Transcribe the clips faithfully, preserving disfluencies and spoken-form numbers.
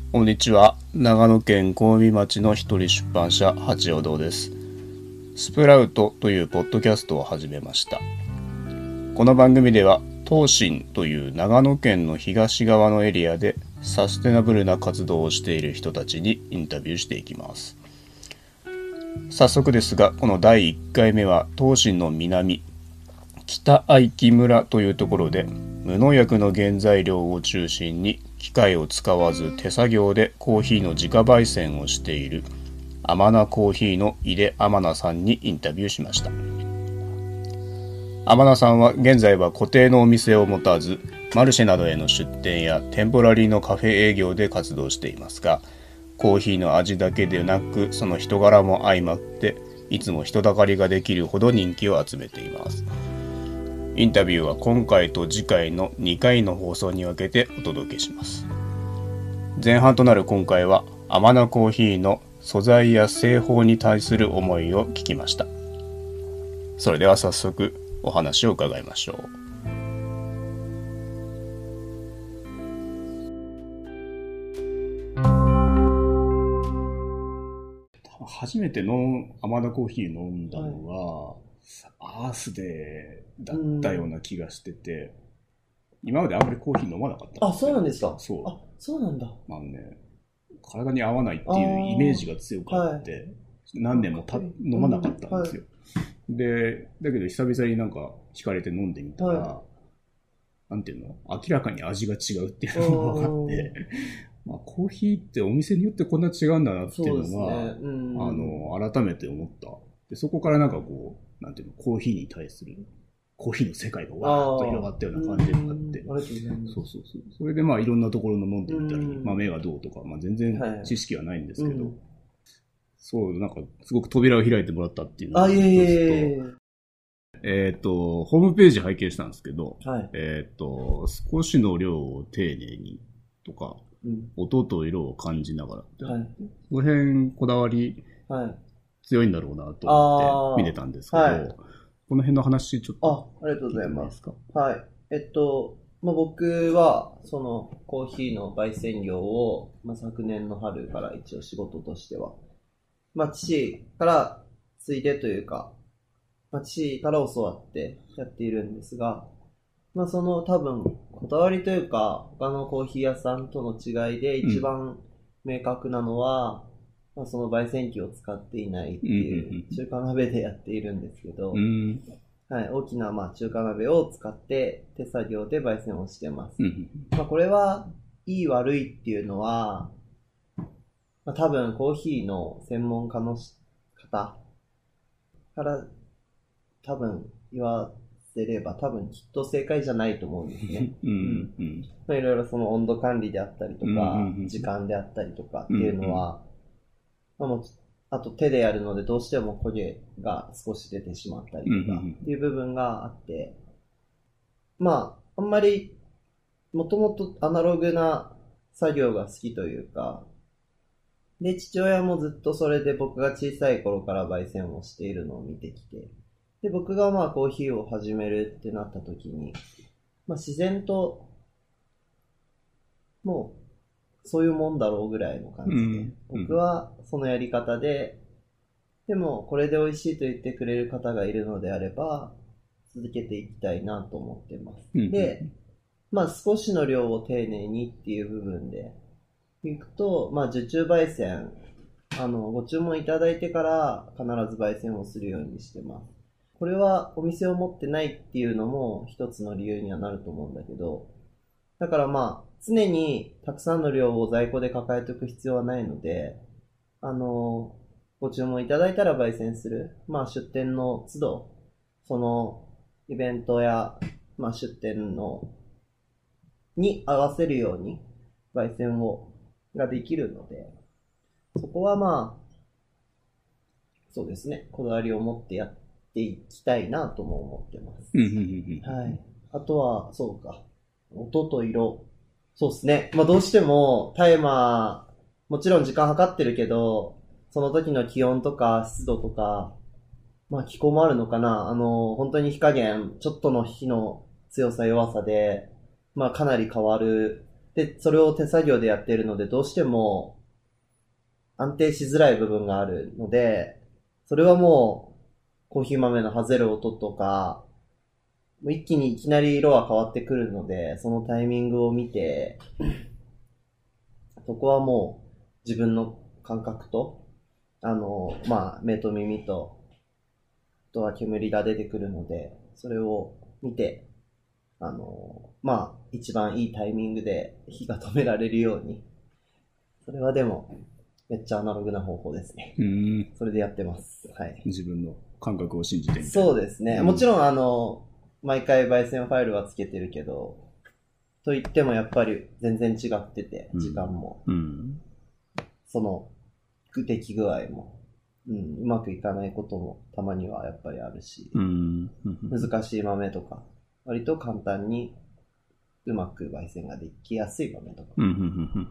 こんにちは。長野県小海町の一人出版社八尾堂です。スプラウトというポッドキャストを始めました。この番組では東進という長野県の東側のエリアでサステナブルな活動をしている人たちにインタビューしていきます。早速ですが、このだいいっかいめは東進の南北相木村というところで無農薬の原材料を中心に機械を使わず手作業でコーヒーの自家焙煎をしているアマナコーヒーの井出天名さんにインタビューしました。天名さんは現在は固定のお店を持たずマルシェなどへの出店やテンポラリーのカフェ営業で活動していますが、コーヒーの味だけでなくその人柄も相まっていつも人だかりができるほど人気を集めています。インタビューは今回と次回のにかいの放送に分けてお届けします。前半となる今回はアマナコーヒーの素材や製法に対する思いを聞きました。それでは早速お話を伺いましょう。初めてのアマナコーヒー飲んだのは、はい、アースデーだったような気がしてて、今まであんまりコーヒー飲まなかったんですよ。 あ、そうなんですか。 そう。 あ、そうなんだ。 まあね、体に合わないっていうイメージが強くあって、はい、何年もた飲まなかったんですよ、うんはい。で、だけど久々になんか惹かれて飲んでみたら、はい、なんていうの、明らかに味が違うっていうのが分かって、まあ、コーヒーってお店によってこんな違うんだなっていうのは、ねうん、あの改めて思った。で、そこからなんかこう、なんていうの、コーヒーに対するコーヒーの世界がわーっと広がったような感じがあって、 あありがとうございます。 そうそうそう。それでまあいろんなところの飲んでみたり、豆はどうとか、まあ全然知識はないんですけど、はい、そう、なんかすごく扉を開いてもらったっていうのが一つと、あ、いえいえいえっと、ホームページ拝見したんですけど、はい、えっと、少しの量を丁寧にとか、うん、音と色を感じながら、はい、この辺こだわり強いんだろうなと思って見てたんですけど、はい、この辺の話ちょっとあ、ありがとうございます。はい。えっと、まあ、僕はそのコーヒーの焙煎業を、まあ、昨年の春から一応仕事としては、まあ、父から継いでというか、まあ、父から教わってやっているんですが、まあ、その多分こだわりというか他のコーヒー屋さんとの違いで一番明確なのは、うんまあ、その焙煎機を使っていないっていう中華鍋でやっているんですけど、うんはい、大きなまあ中華鍋を使って手作業で焙煎をしてます、うんまあ、これはいい悪いっていうのは、まあ、多分コーヒーの専門家の方から多分言わせれば多分きっと正解じゃないと思うんですね。うんうんまあ、いろいろその温度管理であったりとか、うんうん、時間であったりとかっていうのは、うんうんまあ、もあと手でやるのでどうしても焦げが少し出てしまったりとかっていう部分があって、まああんまりもともとアナログな作業が好きというか、で父親もずっとそれで僕が小さい頃から焙煎をしているのを見てきて、で僕がまあコーヒーを始めるってなった時に、まあ、自然ともうそういうもんだろうぐらいの感じで、うんうん、僕はそのやり方で、でもこれで美味しいと言ってくれる方がいるのであれば続けていきたいなと思ってます、うん、で、まあ少しの量を丁寧にっていう部分でいくと、まあ受注焙煎あのご注文いただいてから必ず焙煎をするようにしてます。これはお店を持ってないっていうのも一つの理由にはなると思うんだけど、だからまあ常にたくさんの量を在庫で抱えておく必要はないので、あのご注文いただいたら焙煎する、まあ出店の都度そのイベントや、まあ、出店のに合わせるように焙煎をができるので、そこはまあそうですね、こだわりを持ってやっていきたいなとも思ってます。はい。あとは、そうか。音と色。そうですね。まあどうしてもタイマー、もちろん時間計ってるけど、その時の気温とか湿度とか、まあ気候もあるのかな。あの、本当に火加減、ちょっとの火の強さ弱さで、まあかなり変わる。 で、それを手作業でやっているので、どうしても安定しづらい部分があるので、それはもう、コーヒー豆の混ぜる音とか、もう一気にいきなり色が変わってくるので、そのタイミングを見て、そこはもう自分の感覚と、あの、まあ、目と耳と、あとは煙が出てくるので、それを見て、あの、まあ、一番いいタイミングで火が止められるように。それはでも、めっちゃアナログな方法ですね。 うん。 それでやってます。はい。 自分の感覚を信じてみたいな。 そうですね。 うん、 もちろん、あの、毎回焙煎ファイルはつけてるけど、と言ってもやっぱり全然違ってて、時間も。 うん。うん、その、出来具合も、うん、うまくいかないこともたまにはやっぱりあるし、 うん、 難しい豆とか、割と簡単にうまく焙煎ができやすい豆とか。 うん、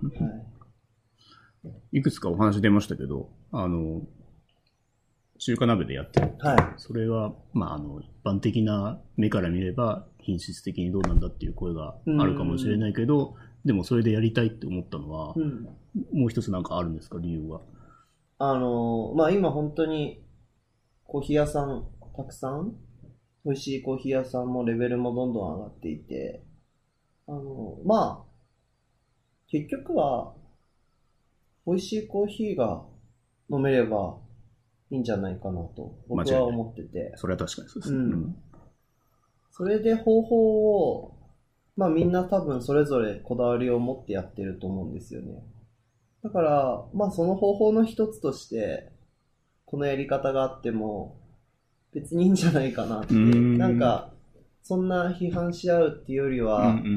はい。いくつかお話出ましたけど、あの、中華鍋でやってる。 はい。 それは、まあ、あの、一般的な目から見れば、品質的にどうなんだっていう声があるかもしれないけど、でもそれでやりたいって思ったのは、うん、もう一つなんかあるんですか、理由は。 あの、まあ、今本当に、コーヒー屋さん、たくさん、美味しいコーヒー屋さんもレベルもどんどん上がっていて、あの、まあ、結局は、美味しいコーヒーが飲めればいいんじゃないかなと、僕は思ってて。 それは確かにそうですね。 うん。それで方法を、まあみんな多分それぞれこだわりを持ってやってると思うんですよね。だから、まあその方法の一つとして、このやり方があっても別にいいんじゃないかなって。んなんか、そんな批判し合うっていうよりは、うんうんうんうん、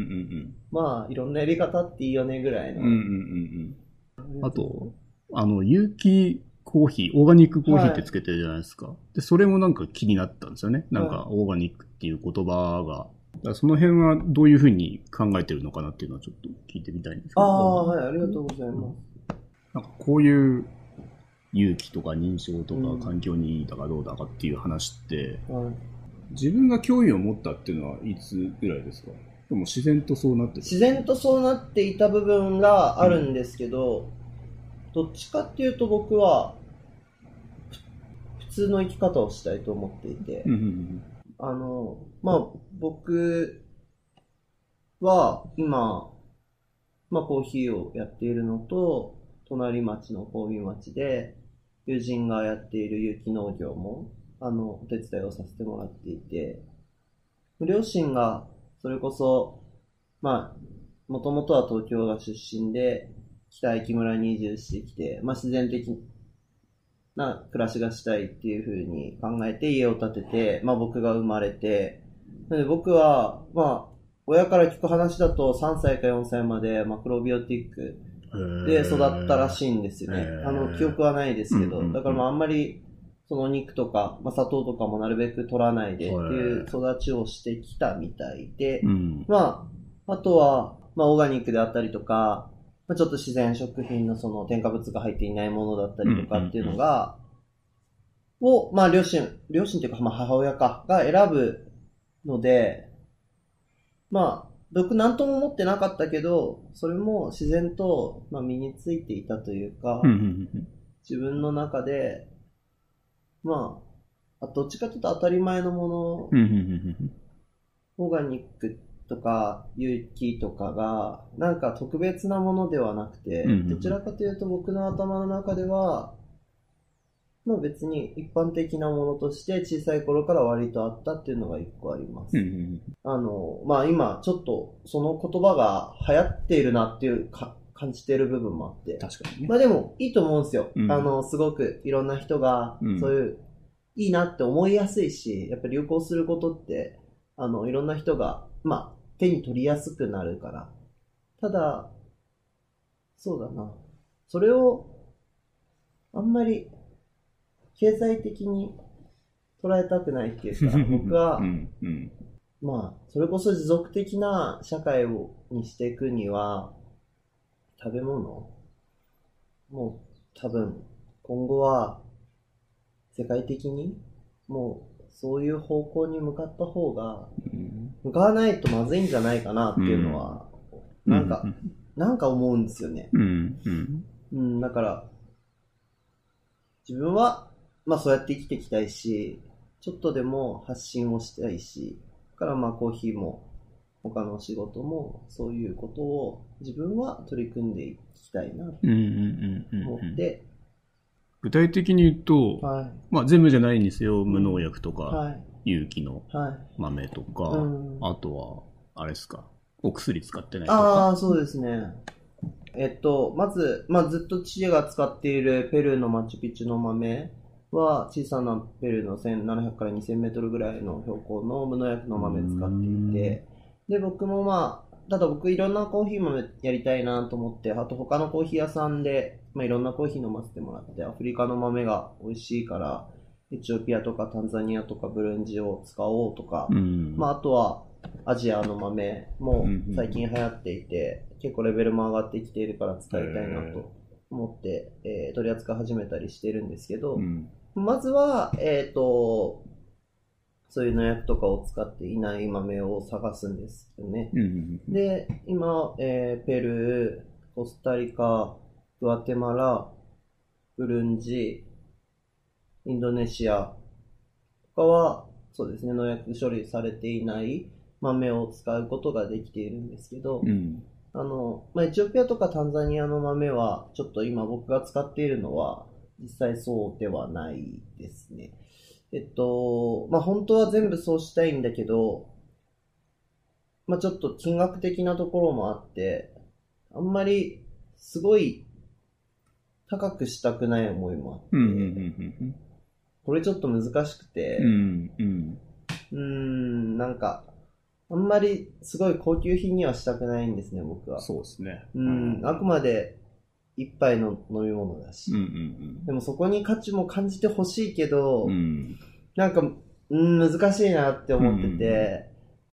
まあいろんなやり方っていいよねぐらいの。うんうんうんうん、あと、あの、有機コーヒー、オーガニックコーヒーってつけてるじゃないですか。はい、で、それもなんか気になったんですよね。なんか、オーガニックっていう言葉が。だその辺はどういうふうに考えてるのかなっていうのはちょっと聞いてみたいんですけど。 ああ、はい、ありがとうございます。 なんかこういう有機とか認証とか環境にいいだかどうだかっていう話って、うんはい、自分が興味を持ったっていうのはいつぐらいですか？でも自然とそうなってる。 自然とそうなっていた部分があるんですけど、うん、どっちかっていうと僕は普通の生き方をしたいと思っていて、うんうんうん、あの、まあ、僕は今、まあ、コーヒーをやっているのと、隣町のコーヒー町で、友人がやっている有機農業も、あの、お手伝いをさせてもらっていて、両親が、それこそ、まあ、もともとは東京が出身で、北駅村に移住してきて、まあ、自然的な暮らしがしたいっていう風に考えて家を建てて、まあ、僕が生まれて、なので僕は、まあ、親から聞く話だとさんさいかよんさいまでマクロビオティックで育ったらしいんですよね。あの、記憶はないですけど、だからまああんまりその肉とか、まあ、砂糖とかもなるべく取らないでっていう育ちをしてきたみたいで、まあ、あとは、まあオーガニックであったりとか、まあ、ちょっと自然食品のその添加物が入っていないものだったりとかっていうのが、を、まあ両親、両親っていうか、まあ母親か、が選ぶので、まあ、僕なんとも思ってなかったけど、それも自然と、まあ、身についていたというか、自分の中で、まあ、どっちかというと当たり前のもの、オーガニックとか有機とかが、なんか特別なものではなくて、どちらかというと僕の頭の中では、まあ別に一般的なものとして小さい頃から割とあったっていうのが一個あります。うんうん、あの、まあ今ちょっとその言葉が流行っているなっていうか感じている部分もあって。 確かにね。 まあでもいいと思うんですよ。うん、あの、すごくいろんな人がそういう、うん、いいなって思いやすいし、やっぱり流行することって、あの、いろんな人が、まあ手に取りやすくなるから。ただ、そうだな。それを、あんまり、経済的に捉えたくないっていうか、僕は、うんうん、まあ、それこそ持続的な社会をにしていくには、食べ物もう多分、今後は、世界的に、もう、そういう方向に向かった方が、向かわないとまずいんじゃないかなっていうのは、なんか、 なんか思うんですよね。 うんうんうん、だから、自分は、まあそうやって生きていきたいし、ちょっとでも発信をしたいし、だからまあコーヒーも他の仕事もそういうことを自分は取り組んでいきたいなとうんうんうんうん思うん。 って、 具体的に言うと、 はい。 まあ全部じゃないんですよ。無農薬とか、 はい。 有機のはい。 豆とか、 うんあとは、あれですか、お薬使ってないとか。 ああ、そうですね。えっと、まず、まあ、ずっと父が使っているペルーのマチュピチュの豆は、小さなペルーのせんななひゃくからにせんメートルぐらいの標高の無農薬の豆使っていて、で、僕もまあ、ただ僕いろんなコーヒー豆やりたいなと思って、あと他のコーヒー屋さんで、まあ、いろんなコーヒー飲ませてもらって、アフリカの豆が美味しいから、エチオピアとかタンザニアとかブルンジを使おうとか、 うんまあ、あとはアジアの豆も最近流行っていて、結構レベルも上がってきているから使いたいなと思って、えー、取り扱い始めたりしてるんですけど、 うん、 まずは、えっと、そういう農薬とかを使っていない豆を探すんですよね。 うん、 で、今、えー、ペルー、コスタリカ、グアテマラ、ブルンジ、インドネシアとかは、そうですね、農薬処理されていない豆を使うことができているんですけど、 うん、 あの、まあ、エチオピアとかタンザニアの豆は、ちょっと今僕が使っているのは、実際そうではないですね。えっと、まあ、本当は全部そうしたいんだけど、まあ、ちょっと金額的なところもあって、あんまりすごい高くしたくない思いもあって、 うん、うん、 これちょっと難しくて、 うん、うん、 うーん、なんか、あんまりすごい高級品にはしたくないんですね、僕は。 そうですね。 うん、あくまで一杯の飲み物だし。 うん、うん、 でもそこに価値も感じてほしいけど、 うん、 なんか、うん、難しいなって思ってて、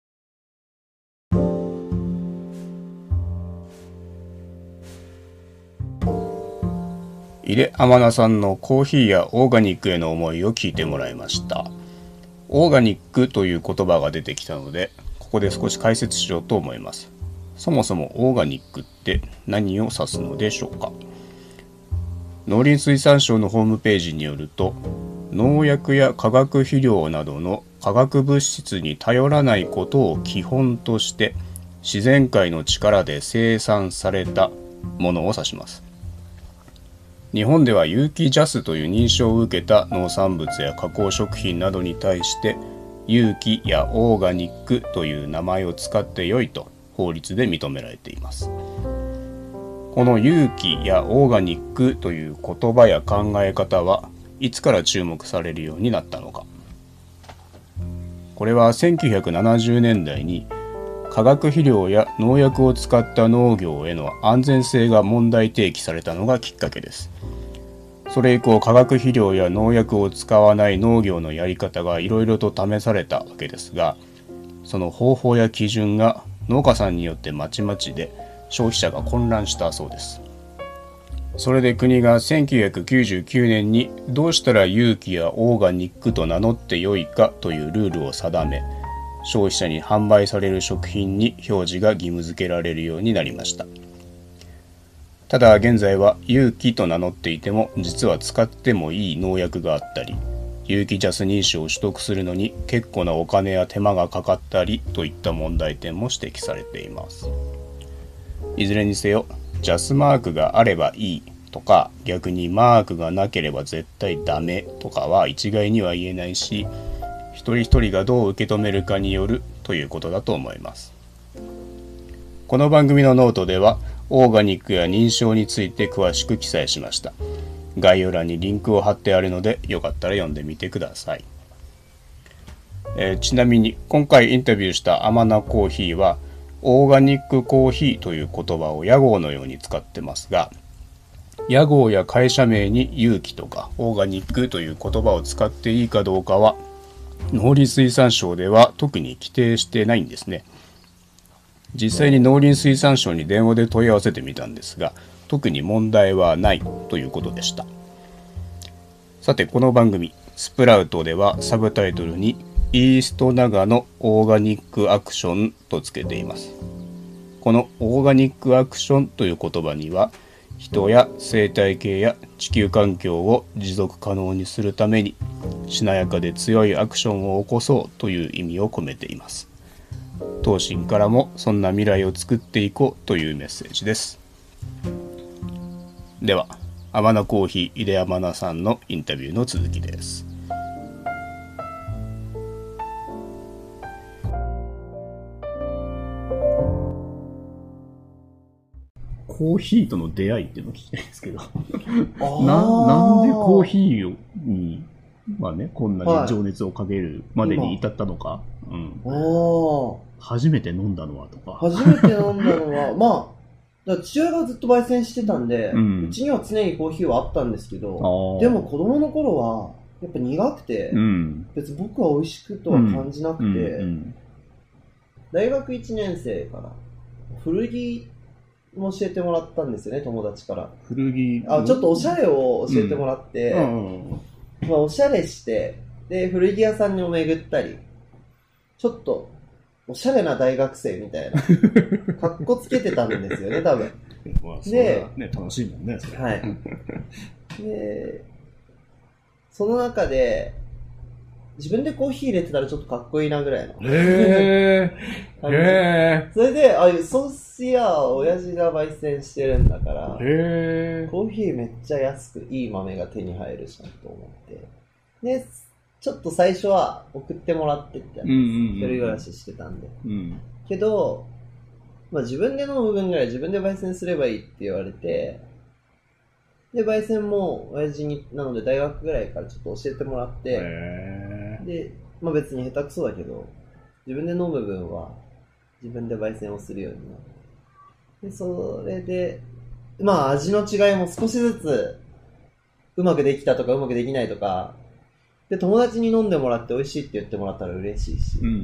井出天菜さんのコーヒーやオーガニックへの思いを聞いてもらいました。オーガニックという言葉が出てきたので、ここで少し解説しようと思います。そもそもオーガニックって何を指すのでしょうか。農林水産省のホームページによると、農薬や化学肥料などの化学物質に頼らないことを基本として自然界の力で生産されたものを指します。日本では有機ジャスという認証を受けた農産物や加工食品などに対して有機やオーガニックという名前を使ってよいと法律で認められています。この有機やオーガニックという言葉や考え方はいつから注目されるようになったのか。これはせんきゅうひゃくななじゅうねんだいに化学肥料や農薬を使った農業への安全性が問題提起されたのがきっかけです。それ以降、化学肥料や農薬を使わない農業のやり方がいろいろと試されたわけですが、その方法や基準が農家さんによってまちまちで消費者が混乱したそうです。それで国がせんきゅうひゃくきゅうじゅうきゅうねんにどうしたら有機やオーガニックと名乗ってよいかというルールを定め、消費者に販売される食品に表示が義務付けられるようになりました。ただ現在は有機と名乗っていても実は使ってもいい農薬があったり、有機ジャス認証を取得するのに結構なお金や手間がかかったりといった問題点も指摘されています。いずれにせよ、ジャスマークがあればいいとか、逆にマークがなければ絶対ダメとかは一概には言えないし、一人一人がどう受け止めるかによるということだと思います。この番組のノートではオーガニックや認証について詳しく記載しました。概要欄にリンクを貼ってあるのでよかったら読んでみてください。えー、ちなみに今回インタビューしたアマナコーヒーはオーガニックコーヒーという言葉を屋号のように使ってますが、屋号や会社名に有機とかオーガニックという言葉を使っていいかどうかは農林水産省では特に規定してないんですね。実際に農林水産省に電話で問い合わせてみたんですが、特に問題はないということでした。さて、この番組スプラウトではサブタイトルにイースト長野オーガニックアクションとつけています。 このオーガニックアクションという言葉には、人や生態系や地球環境を持続可能にするためにしなやかで強いアクションを起こそうという意味を込めています。東進からもそんな未来を作っていこうというメッセージです。では、アマナコーヒー井出山名さんのインタビューの続きです。コーヒーとの出会いっていうのを聞きたいんですけどな, なんでコーヒーに、まあね、こんなに情熱をかけるまでに至ったのか、はいうん、あ初めて飲んだのはとか初めて飲んだのはまあだ父親がずっと焙煎してたんで、うん、うちには常にコーヒーはあったんですけど、でも子供の頃はやっぱ苦くて、うん、別に僕は美味しくとは感じなくて、うんうんうん、大学いちねん生から古着も教えてもらったんですよね、友達から。 古着あちょっとおしゃれを教えてもらって、うんうんまあ、おしゃれしてで古着屋さんにも巡ったり、ちょっとおしゃれな大学生みたいなかっこつけてたんですよね多分。 まあ、それはね楽しいもんねそれ。 はい。でその中で自分でコーヒー入れてたらちょっとかっこいいなぐらいの。 へー。へー。それで、あ、そうしや、親父が焙煎してるんだから、へー。コーヒーめっちゃ安くいい豆が手に入るじゃんと思って。で、ちょっと最初は送ってもらってってやつ、うんうんうん、一人暮らししてたんで。うん、けど、まあ自分で飲む分ぐらい自分で焙煎すればいいって言われて、で、焙煎も親父に、なので大学ぐらいからちょっと教えてもらって、へーで、まあ別に下手くそだけど、自分で飲む分は自分で焙煎をするようになって。で、それで、まあ味の違いも少しずつうまくできたとかうまくできないとか、で、友達に飲んでもらって美味しいって言ってもらったら嬉しいし、うんうんうん、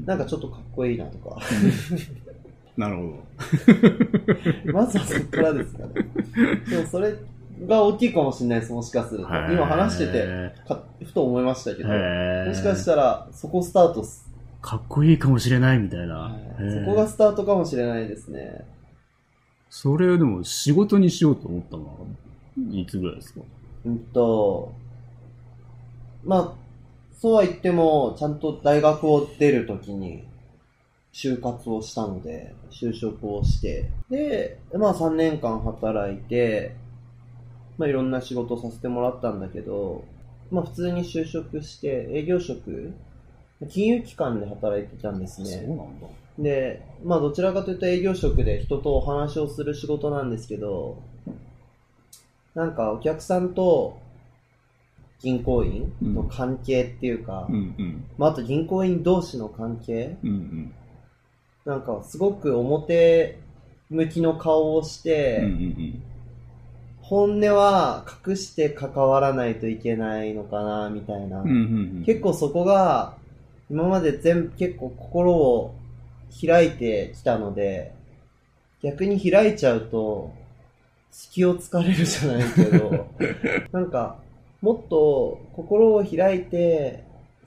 なんかちょっとかっこいいなとか。 なるほど。 まずはそこからですかね。でもそれが大きいかもしれないです、もしかすると。今話しててか、ふと思いましたけど、もしかしたらそこスタートす。 かっこいいかもしれないみたいな。 そこがスタートかもしれないですね。 それをでも仕事にしようと思ったのはいつぐらいですか？ うんと、まあ、そうは言っても、ちゃんと大学を出るときに、就活をしたので、就職をして、で、まあさんねんかん働いて、まあいろんな仕事をさせてもらったんだけど、まあ普通に就職して営業職、金融機関で働いてたんですね。 そうなんだ。 で、まあどちらかというと営業職で人とお話をする仕事なんですけど、なんかお客さんと銀行員の関係っていうか、うんうん、まああと銀行員同士の関係、うんうんなんかすごく表向きの顔をして、うんうんうん、本音は隠して関わらないといけないのかなみたいな、うんうんうん、結構そこが今まで全部結構心を開いてきたので、逆に開いちゃうと隙を突かれるじゃないけどなんかもっと心を開いて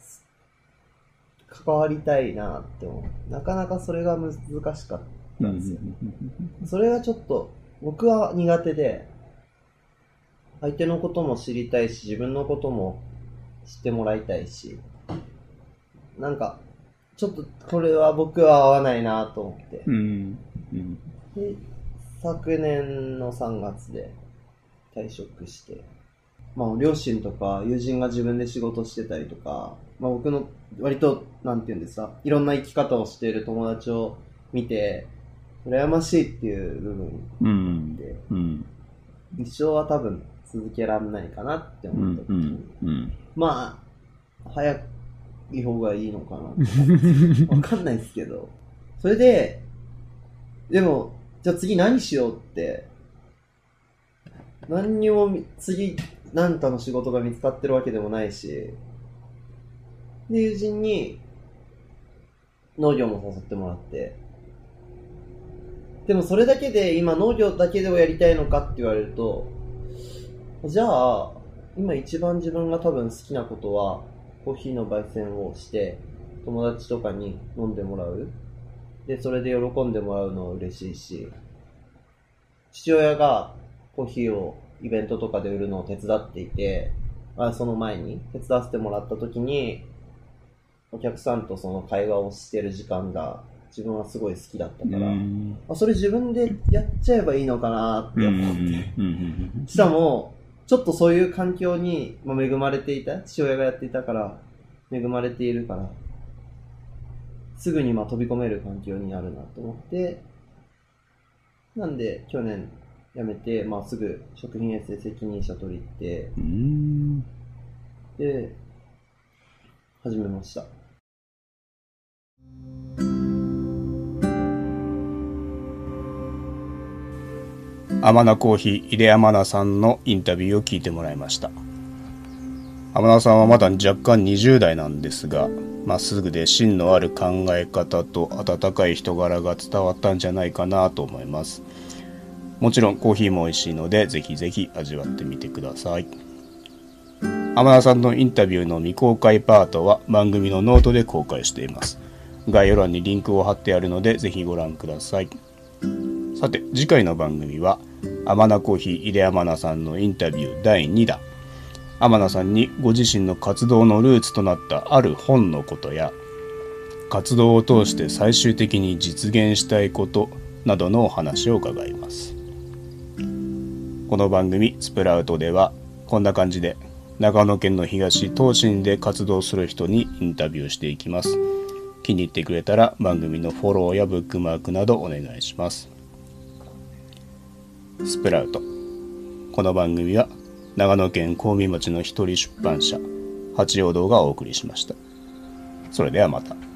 関わりたいなって思う。なかなかそれが難しかったんですよ。それがちょっと僕は苦手で、相手のことも知りたいし、自分のことも知ってもらいたいし、なんかちょっとこれは僕は合わないなと思って、うんうん、で昨年のさんがつで退職して、まあ両親とか友人が自分で仕事してたりとか、まあ僕の割となんて言うんですか、いろんな生き方をしている友達を見て羨ましいっていう部分で、うんうん、一生は多分続けられないかなって思った時に、うんうんうん、まあ早い方がいいのかなわかんないですけど、それででもじゃあ次何しようって何にも次何かの仕事が見つかってるわけでもないし、で友人に農業も誘ってもらって、でもそれだけで今農業だけでをやりたいのかって言われると、じゃあ今一番自分が多分好きなことはコーヒーの焙煎をして友達とかに飲んでもらうで、それで喜んでもらうのは嬉しいし、父親がコーヒーをイベントとかで売るのを手伝っていて、あその前に手伝わせてもらった時に、お客さんとその会話をしてる時間が自分はすごい好きだったから、あそれ自分でやっちゃえばいいのかなって思って、しかもちょっとそういう環境に恵まれていた、父親がやっていたから恵まれているから、すぐにまあ飛び込める環境にあるなと思って、なんで去年辞めて、まあ、すぐ食品衛生責任者取り行って、 うーんで始めました。 天名コーヒー井出天名さんのインタビューを聞いてもらいました。天名さんはまだ若干にじゅう代なんですが、まっすぐで芯のある考え方と温かい人柄が伝わったんじゃないかなと思います。もちろんコーヒーも美味しいので、ぜひぜひ味わってみてください。天名さんのインタビューの未公開パートは番組のノートで公開しています。概要欄にリンクを貼ってあるので、ぜひご覧ください。さて、次回の番組は天名コーヒー井出天名さんのインタビューだいにだん。天名さんにご自身の活動のルーツとなったある本のことや、活動を通して最終的に実現したいことなどのお話を伺います。この番組スプラウトではこんな感じで長野県の東東進で活動する人にインタビューしていきます。気に入ってくれたら番組のフォローやブックマークなどお願いします。スプラウト。この番組は長野県小海町の一人出版社八葉堂がお送りしました。それではまた。